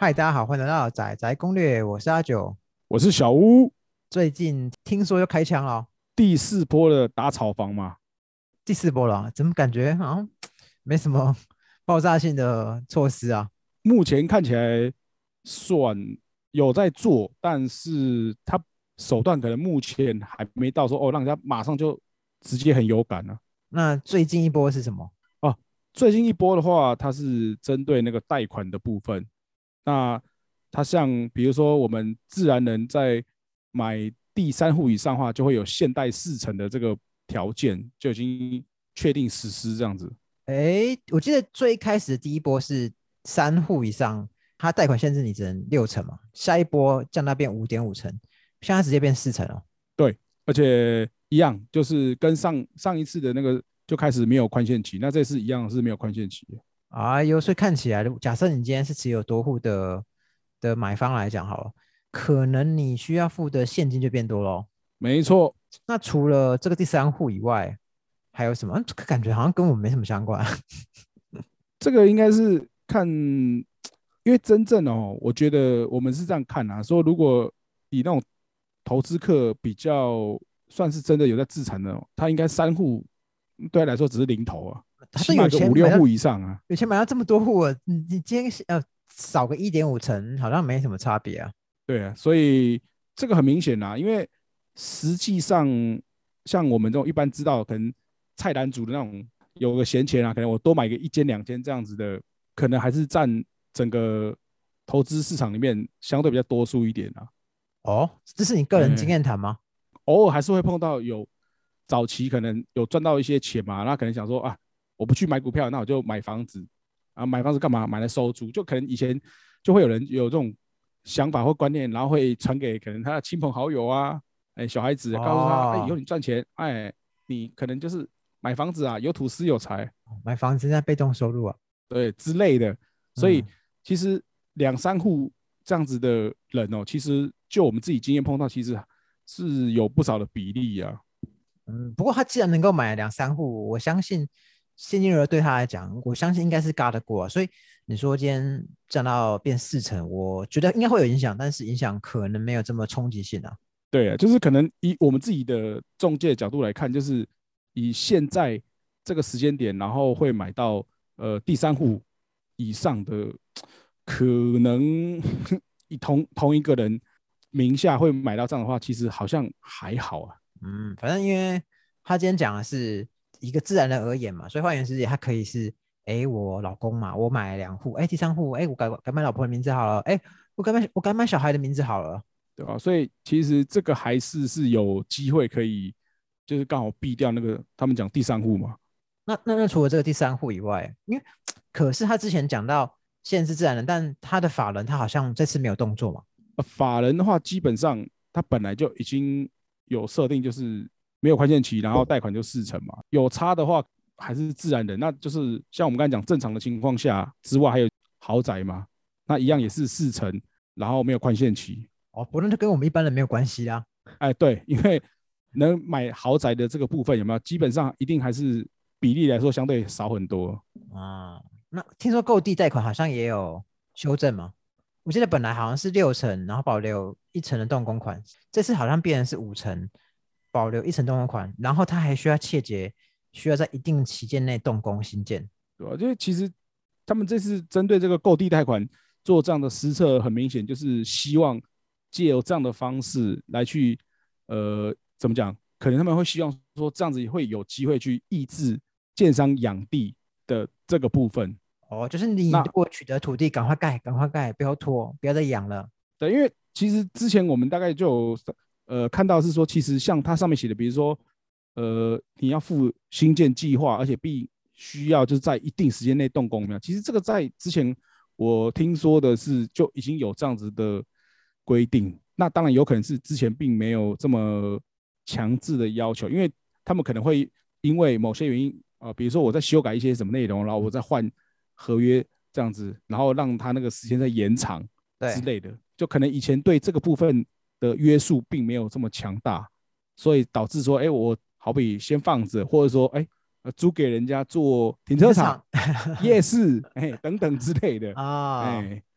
嗨，大家好，欢迎来到仔仔攻略，我是阿九。 我是小屋。 最近听说又开枪了哦， 第四波的打炒房嘛， 第四波了啊，怎么感觉好像没什么爆炸性的措施啊？ 目前看起来算有在做，但是他手段可能目前还没到说让人家马上就直接很有感啊。 那最近一波是什么？ 哦，最近一波的话，它是针对那个贷款的部分。那它像比如说我们自然人在买第三户以上的话，就会有限贷4成的这个条件，就已经确定实施这样子。 诶，我记得最开始的第一波是3户以上，它贷款限制你只能6成嘛，下一波降到变5.5成，现在直接变4成了。 对，而且一样，就是跟上一次的那个就开始没有宽限期，那这次一样是没有宽限期的。 啊，所以看起来，假设你今天是持有多户的买方来讲好了，可能你需要付的现金就变多咯。 没错， 那除了这个第3户以外，还有什么？这个感觉好像跟我们没什么相关。 这个应该是看，因为真正我觉得我们是这样看啊，说如果以那种投资客比较算是真的有在自产的，他应该3户对他来说只是零头啊， 他都有起码个钱买到五六户以上啊。 这么多户了，你今天少个1.5成，好像没什么差别啊。 对啊，所以这个很明显啦，因为实际上像我们这种一般知道，可能菜篮族的那种有个闲钱啊，可能我多买个1间2间这样子的，可能还是占整个投资市场里面相对比较多数一点啊。 哦，这是你个人经哎， 验谈吗？ 偶尔还是会碰到有早期可能有赚到一些钱嘛，那可能想说啊，我不去买股票，那我就买房子啊，买房子干嘛？买来收租，就可能以前就会有人有这种想法或观念，然后会传给可能他的亲朋好友啊，哎，小孩子告诉他，哎，以后哦， 你赚钱，哎，你可能就是买房子啊，有土斯有财， 买房子在被动收入啊。 对之类的。所以嗯其实2、3户这样子的人其实就我们自己经验碰到，其实是有不少的比例啊。 嗯，不过他既然能够买2、3户，我相信现金流对他来讲，我相信应该是嘎得过啊。所以你说今天降到变4成，我觉得应该会有影响，但是影响可能没有这么冲击性啊。 对啊，就是可能以我们自己的中介角度来看，就是以现在这个时间点，然后会买到第三户以上的，可能以同一个人名下会买到这样的话，其实好像还好啊。 嗯，反正因为他今天讲的是一个自然人而言嘛，所以换言之，他可以是，哎，我老公嘛，我买2户，哎，第3户，哎，我改买老婆的名字好了，哎，我改买小孩的名字好了。 对吧？所以其实这个还是有机会可以，就是刚好避掉那个他们讲第三户嘛。 那除了这个第3户以外，因为可是他之前讲到现在是自然人，但他的法人他好像这次没有动作嘛。 法人的话，基本上他本来就已经有设定，就是没有宽限期，然后贷款就4成嘛。有差的话还是自然人，那就是像我们刚才讲正常的情况下之外，还有豪宅嘛，那一样也是4成，然后没有宽限期。 哦，不论他跟我们一般人没有关系啦。 哎，对，因为能买豪宅的这个部分有没有，基本上一定还是比例来说相对少很多。 啊，那听说购地贷款好像也有修正吗？我记得本来好像是6成，然后保留1成的动工款，这次好像变成是5成，保留1成动工款，然后他还需要切结，需要在一定期间内动工新建。 对吧？因为其实他们这次针对这个购地贷款做这样的施策，很明显就是希望借由这样的方式来去，怎么讲？可能他们会希望说这样子会有机会去抑制建商养地的这个部分。 哦，就是你那如果取得土地，赶快盖，赶快盖，不要拖，不要再养了。 对，因为其实之前我们大概就有看到是说，其实像它上面写的，比如说你要付新建计划，而且必须要就是在一定时间内动工，没有？其实这个在之前我听说的是就已经有这样子的规定。那当然有可能是之前并没有这么强制的要求，因为他们可能会因为某些原因比如说我在修改一些什么内容，然后我再换合约这样子，然后让他那个时间再延长之对， 类的，就可能以前对这个部分的约束并没有这么强大，所以导致说，哎，我好比先放着，或者说，哎，租给人家做停车场、 停车场。 夜市，哎，等等之类的， 啊， 哎，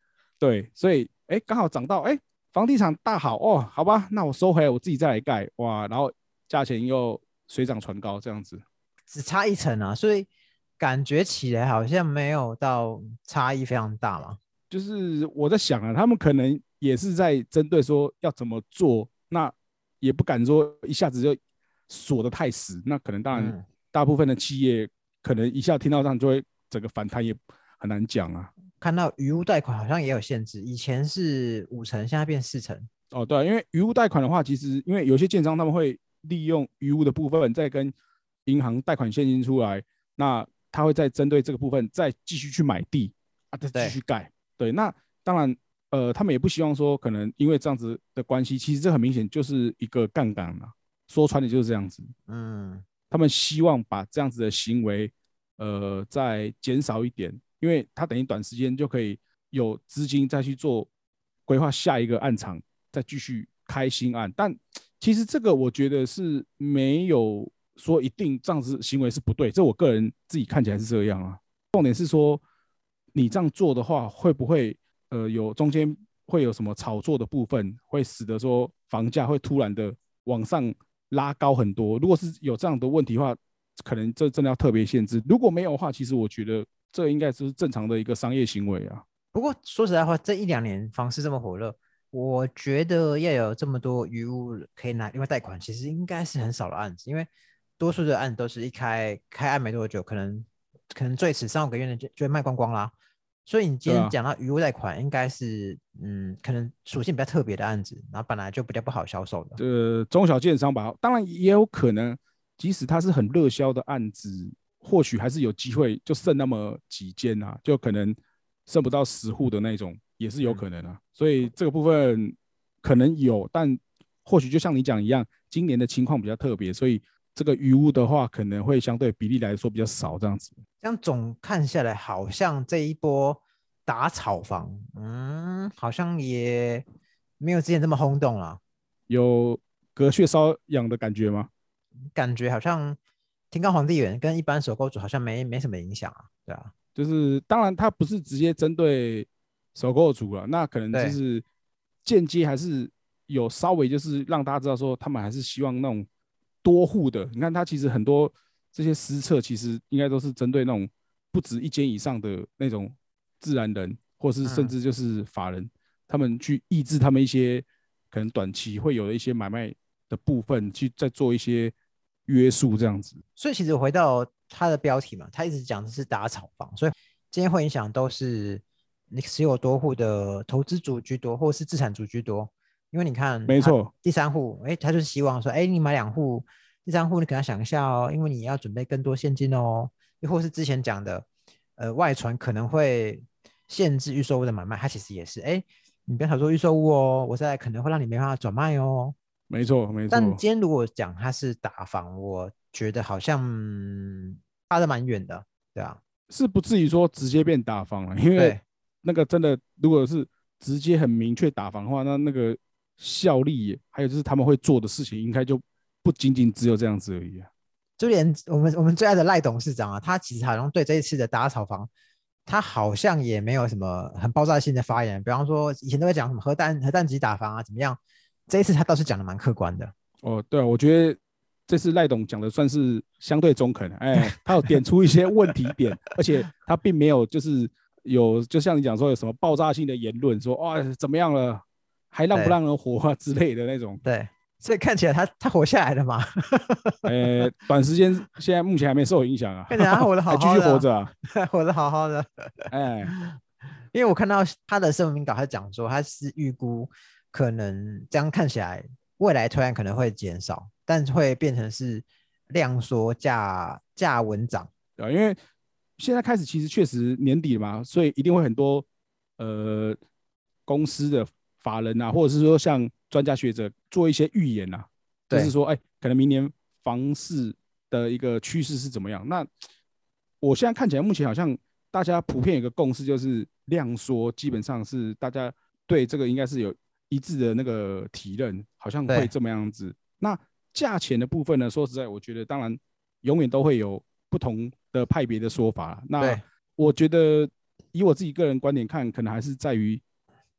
对，所以刚好涨到房地产大好哦，好吧，那我收回来，我自己再来盖，哇，然后价钱又水涨船高这样子。 只差一层啊，所以感觉起来好像没有到差异非常大嘛。 就是我在想啊，他们可能也是在针对说要怎么做，那也不敢说一下子就锁得太死，那可能当然大部分的企业可能一下听到这样就会整个反弹，也很难讲啊。 看到余屋贷款好像也有限制，以前是5成，现在变4成。 哦，对啊，因为余屋贷款的话，其实因为有些建商他们会利用余屋的部分再跟银行贷款现金出来，那他会再针对这个部分再继续去买地啊，再继对， 续盖。对，那当然，他们也不希望说可能因为这样子的关系，其实这很明显就是一个杠杆啊，说穿了就是这样子。 嗯， 他们希望把这样子的行为，再减少一点，因为他等于短时间就可以有资金再去做规划下一个案场，再继续开新案。但其实这个我觉得是没有说一定这样子行为是不对，这我个人自己看起来是这样啊。重点是说，你这样做的话，会不会有中间会有什么炒作的部分，会使得说房价会突然的往上拉高很多？如果是有这样的问题的话，可能这真的要特别限制。如果没有的话，其实我觉得这应该是正常的一个商业行为啊。 不过说实在话，这1、2年房市这么火热，我觉得要有这么多余屋可以拿另外贷款，其实应该是很少的案子，因为多数的案子都是一开案没多久，可能最迟3、5个月就会卖光光啦。所以你今对啊， 天讲到余屋贷款，应该是可能属性比较特别的案子，然后本来就比较不好销售的。 中小建商吧，当然也有可能，即使它是很热销的案子，或许还是有机会就剩那么几间啊，就可能剩不到10户的那种，也是有可能啊。所以这个部分可能有，但或许就像你讲一样，今年的情况比较特别，所以这个余屋的话，可能会相对比例来说比较少这样子。 这样总看下来，好像这一波打炒房，好像也没有之前这么轰动了。 有隔靴搔痒的感觉吗？ 感觉好像天高皇帝远，跟一般首购族好像没什么影响啊，对啊， 就是当然它不是直接针对首购族了，那可能就对， 是间接还是有稍微就是让大家知道说，他们还是希望那种多户的。你看，它其实很多这些私策，其实应该都是针对那种不止一间以上的那种自然人，或是甚嗯， 至就是法人，他们去抑制他们一些可能短期会有的一些买卖的部分，去再做一些约束这样子。 所以其实回到它的标题嘛，它一直讲的是打炒房，所以今天会影响都是你持有多户的投资族居多，或是资产族居多。因为你看他没错， 第三户，他就是希望说，你买2户，第三户你可能要想一下哦，因为你要准备更多现金哦，又或是之前讲的，外传可能会限制预售屋的买卖，它其实也是，你不要炒作预售屋哦，我在可能会让你没办法转卖哦。 没错，没但错。 今天如果讲它是打房，我觉得好像差的蛮远的，对啊， 是不至于说直接变打房了，因为对， 那个真的，如果是直接很明确打房的话，那个效力，还有就是他们会做的事情，应该就不仅仅只有这样子而已啊。 就连我们最爱的赖董事长啊，他其实好像对这一次的打炒房，他好像也没有什么很爆炸性的发言，比方说以前都会讲什么核弹级打房啊怎么样，这一次他倒是讲的蛮客观的， 哦，对啊，我觉得这次赖董讲的算是相对中肯，他有点出一些问题点，而且他并没有就是有，就像你讲说有什么爆炸性的言论，说哇怎么样了，还让不对让人活啊之类的那种。 对，所以看起来他活下来了嘛， 短时间现在目前还没受影响啊， 看起来他活得还继续好好的啊， 活着啊。 活得好好的。 哎， 因为我看到他的声明稿，他讲说他是预估可能这样看起来，未来推案可能会减少，但会变成是量缩价稳涨。 对啊，因为现在开始其实确实年底了嘛，所以一定会很多呃公司的法人啊，或者是说像专家学者做一些预言啊，就是对， 说，可能明年房市的一个趋势是怎么样？那我现在看起来，目前好像大家普遍有个共识，就是量缩，基本上是大家对这个应该是有一致的那个体认，好像会对， 这么样子。那价钱的部分呢，说实在，我觉得当然永远都会有不同的派别的说法。那对， 我觉得以我自己个人观点看，可能还是在于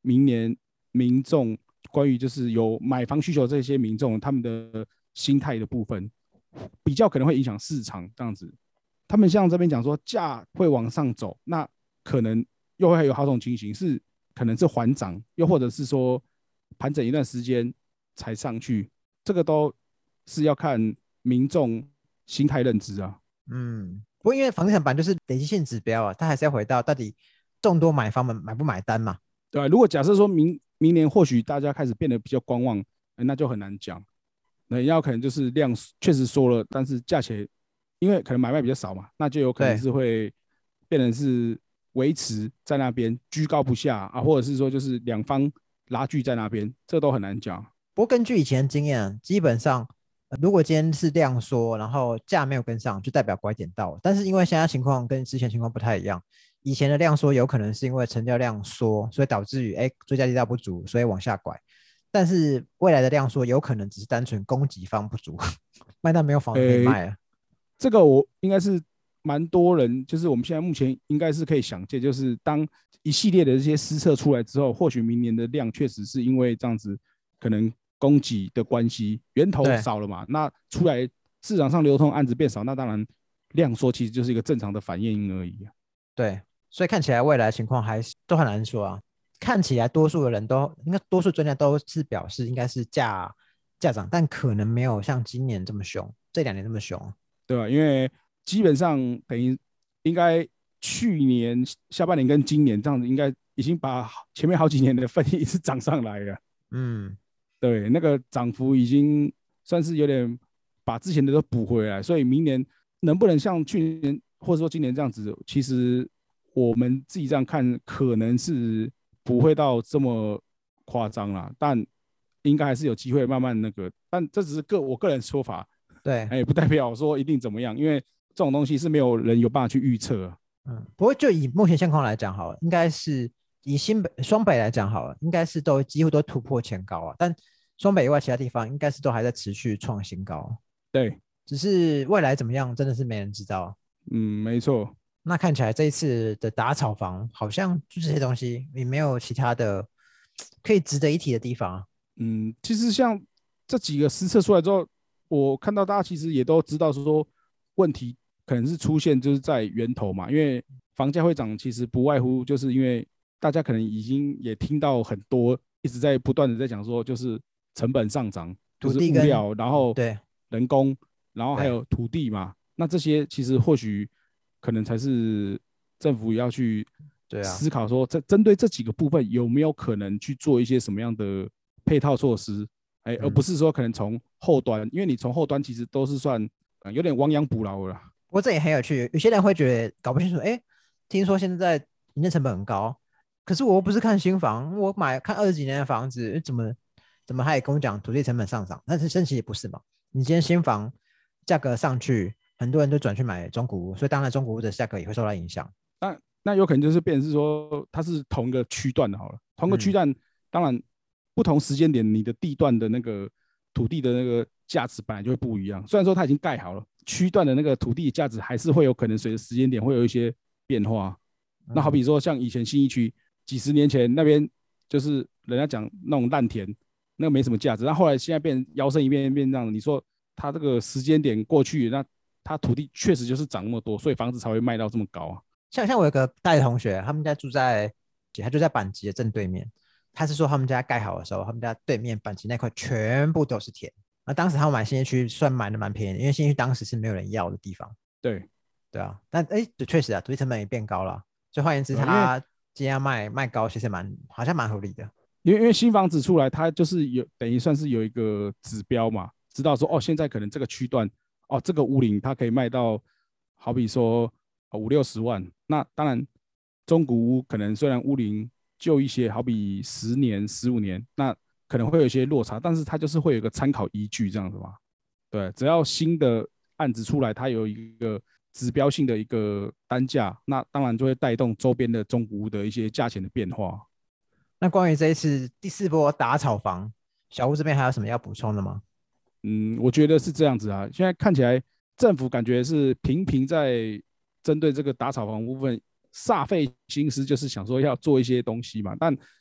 明年民众关于就是有买房需求这些民众他们的心态的部分，比较可能会影响市场这样子。他们像这边讲说价会往上走，那可能又会有好种情形是可能是缓涨，又或者是说盘整一段时间才上去，这个都是要看民众心态认知啊。 不过因为房地产本来就是累积性指标啊，它还是要回到到底众多买方们买不买单嘛。 对啊，如果假设说明年或许大家开始变得比较观望，那就很难讲。那要可能就是量确实缩了，但是价钱因为可能买卖比较少嘛，那就有可能是会变成是维持在那边居高不下啊，或者是说就是两方拉锯在那边，这都很难讲。 不过根据以前的经验，基本上如果今天是量缩，然后价没有跟上，就代表拐点到了。但是因为现在情况跟之前情况不太一样，以前的量缩有可能是因为成交量缩，所以导致于追加力道不足，所以往下拐。但是未来的量缩有可能只是单纯供给方不足，卖到没有房子可以卖了。 这个我应该是蛮多人，就是我们现在目前应该是可以想见，就是当一系列的这些施策出来之后，或许明年的量确实是因为这样子，可能供给的关系，源头少了嘛，那出来市场上流通案子变少，那当然量缩其实就是一个正常的反应而已。 对，所以看起来未来情况还是都很难说啊。看起来多数的人都应该，多数专家都是表示应该是价涨，但可能没有像今年这么凶，这2年这么凶。 对吧？因为基本上等于应该去年下半年跟今年这样子，应该已经把前面好几年的分一直涨上来了。对，那个涨幅已经算是有点把之前的都补回来，所以明年能不能像去年或者说今年这样子，其实我们自己这样看，可能是不会到这么夸张啦，但应该还是有机会慢慢那个，但这只是我个人说法， 对， 不代表说一定怎么样，因为这种东西是没有人有办法去预测。 不过就以目前现况来讲好了，应该是以双北来讲好了，应该是都几乎都突破前高啊，但双北以外其他地方应该是都还在持续创新高。 对， 只是未来怎么样，真的是没人知道。 没错。 那看起来这一次的打炒房好像就这些东西，也没有其他的可以值得一提的地方。 其实像这几个施策出来之后，我看到大家其实也都知道说问题可能是出现就是在源头嘛，因为房价会涨，其实不外乎就是因为大家可能已经也听到很多一直在不断的在讲说，就是成本上涨，就是物料，然后对人工，然后还有土地嘛，那这些其实或许可能才是政府要去思考说，针对这几个部分有没有可能去做一些什么样的配套措施，而不是说可能从后端，因为你从后端其实都是算有点亡羊补牢了啦。 不过这也很有趣，有些人会觉得搞不清楚，听说现在营建成本很高，可是我又不是看新房，我看20几年的房子，怎么还也跟我讲土地成本上涨？但是其实也不是嘛，你今天新房价格上去，很多人都转去买中古屋，所以当然中古屋的价格也会受到影响。 那有可能就是变成是说它是同一个区段的好了，同一个区段，当然不同时间点你的地段的那个土地的那个价值本来就会不一样。虽然说它已经盖好了，区段的那个土地价值还是会有可能随着时间点会有一些变化。那好比说像以前信义区几十年前那边就是人家讲那种烂田，那个没什么价值，那后来现在变摇身一变变这样，你说它这个时间点过去，那它土地确实就是涨那么多，所以房子才会卖到这么高啊。 像我有个大学同学，他们家他就在板级的正对面。他是说他们家盖好的时候，他们家对面板级那块全部都是田。那当时他们买新业区算买的蛮便宜的，因为新业区当时是没有人要的地方。 对啊，但确实啊，土地成本也变高了，所以换言之，他今天要卖高，其实好像蛮合理的。 因为新房子出来，它就是等于算是有一个指标嘛，知道说现在可能这个区段这个屋龄它可以卖到，好比说50-60万。那当然，中古屋可能虽然屋龄旧一些，好比10年、15年，那可能会有一些落差，但是它就是会有一个参考依据这样子嘛。对，只要新的案子出来，它有一个指标性的一个单价，那当然就会带动周边的中古屋的一些价钱的变化。 那关于这一次第4波打炒房，小屋这边还有什么要补充的吗？ 我觉得是这样子啊。现在看起来政府感觉是频频在针对这个打炒房部分煞费心思，就是想说要做一些东西嘛。但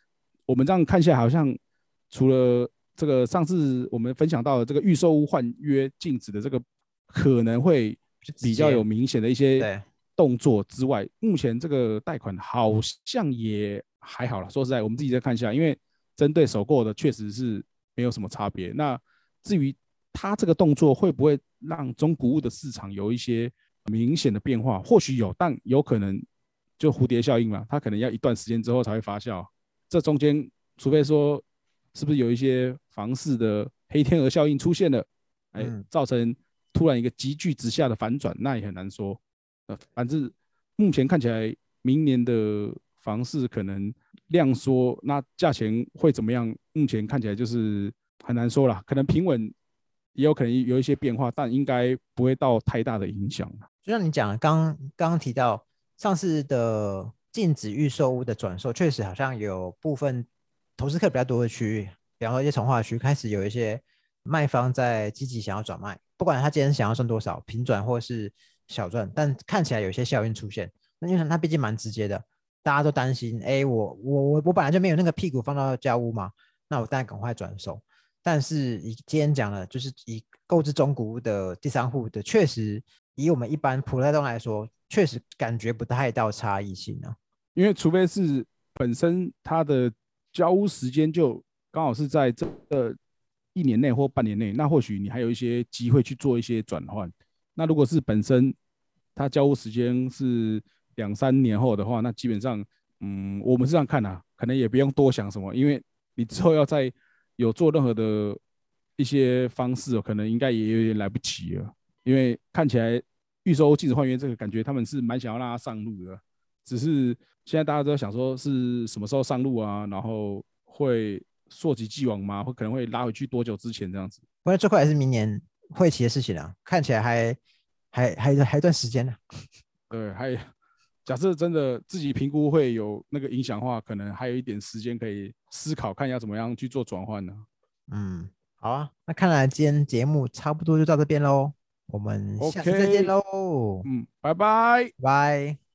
我们这样看下来，好像除了这个上次我们分享到的这个预售屋换约禁止的这个可能会比较有明显的一些动作之外，目前这个贷款好像也还好了。说实在，我们自己再看一下，因为针对首购的确实是没有什么差别。那至于他这个动作会不会让中古屋的市场有一些明显的变化，或许有，但有可能就蝴蝶效应嘛，它可能要一段时间之后才会发酵。这中间，除非说是不是有一些房市的黑天鹅效应出现了，造成突然一个急剧直下的反转，那也很难说。反正目前看起来，明年的房市可能量缩，那价钱会怎么样？目前看起来就是很难说啦，可能平稳，也有可能有一些变化，但应该不会到太大的影响。 就像你讲的，刚提到上次的禁止预售屋的转售，确实好像有部分投资客比较多的区域，比方说一些从化区，开始有一些卖方在积极想要转卖，不管他今天想要赚多少，平转或是小赚，但看起来有些效应出现。那因为它毕竟蛮直接的，大家都担心，我本来就没有那个屁股放到交屋嘛，那我当然赶快转手。但是今天讲了，就是以购置中古屋的第三户的，确实以我们一般普罗大众来说，确实感觉不太到差异性啊。 因为除非是本身它的交屋时间就刚好是在这1年内或半年内，那或许你还有一些机会去做一些转换。那如果是本身它交屋时间是2、3年后的话，那基本上，我们是这样看啊，可能也不用多想什么，因为你之后要再有做任何的一些方式，可能应该也有点来不及了，因为看起来预售禁止换约这个感觉他们是蛮想要让它上路的，只是现在大家都在想说是什么时候上路啊，然后会溯及既往吗？会可能会拉回去多久之前这样子？ 不过最快还是明年会期的事情啊，看起来还一段时间呢、 对，还假设真的自己评估会有那个影响的话，可能还有一点时间可以思考，看要怎么样去做转换呢？ 好啊，那看来今天节目差不多就到这边喽，我们下次再见 OK， 喽， 拜拜。 拜拜。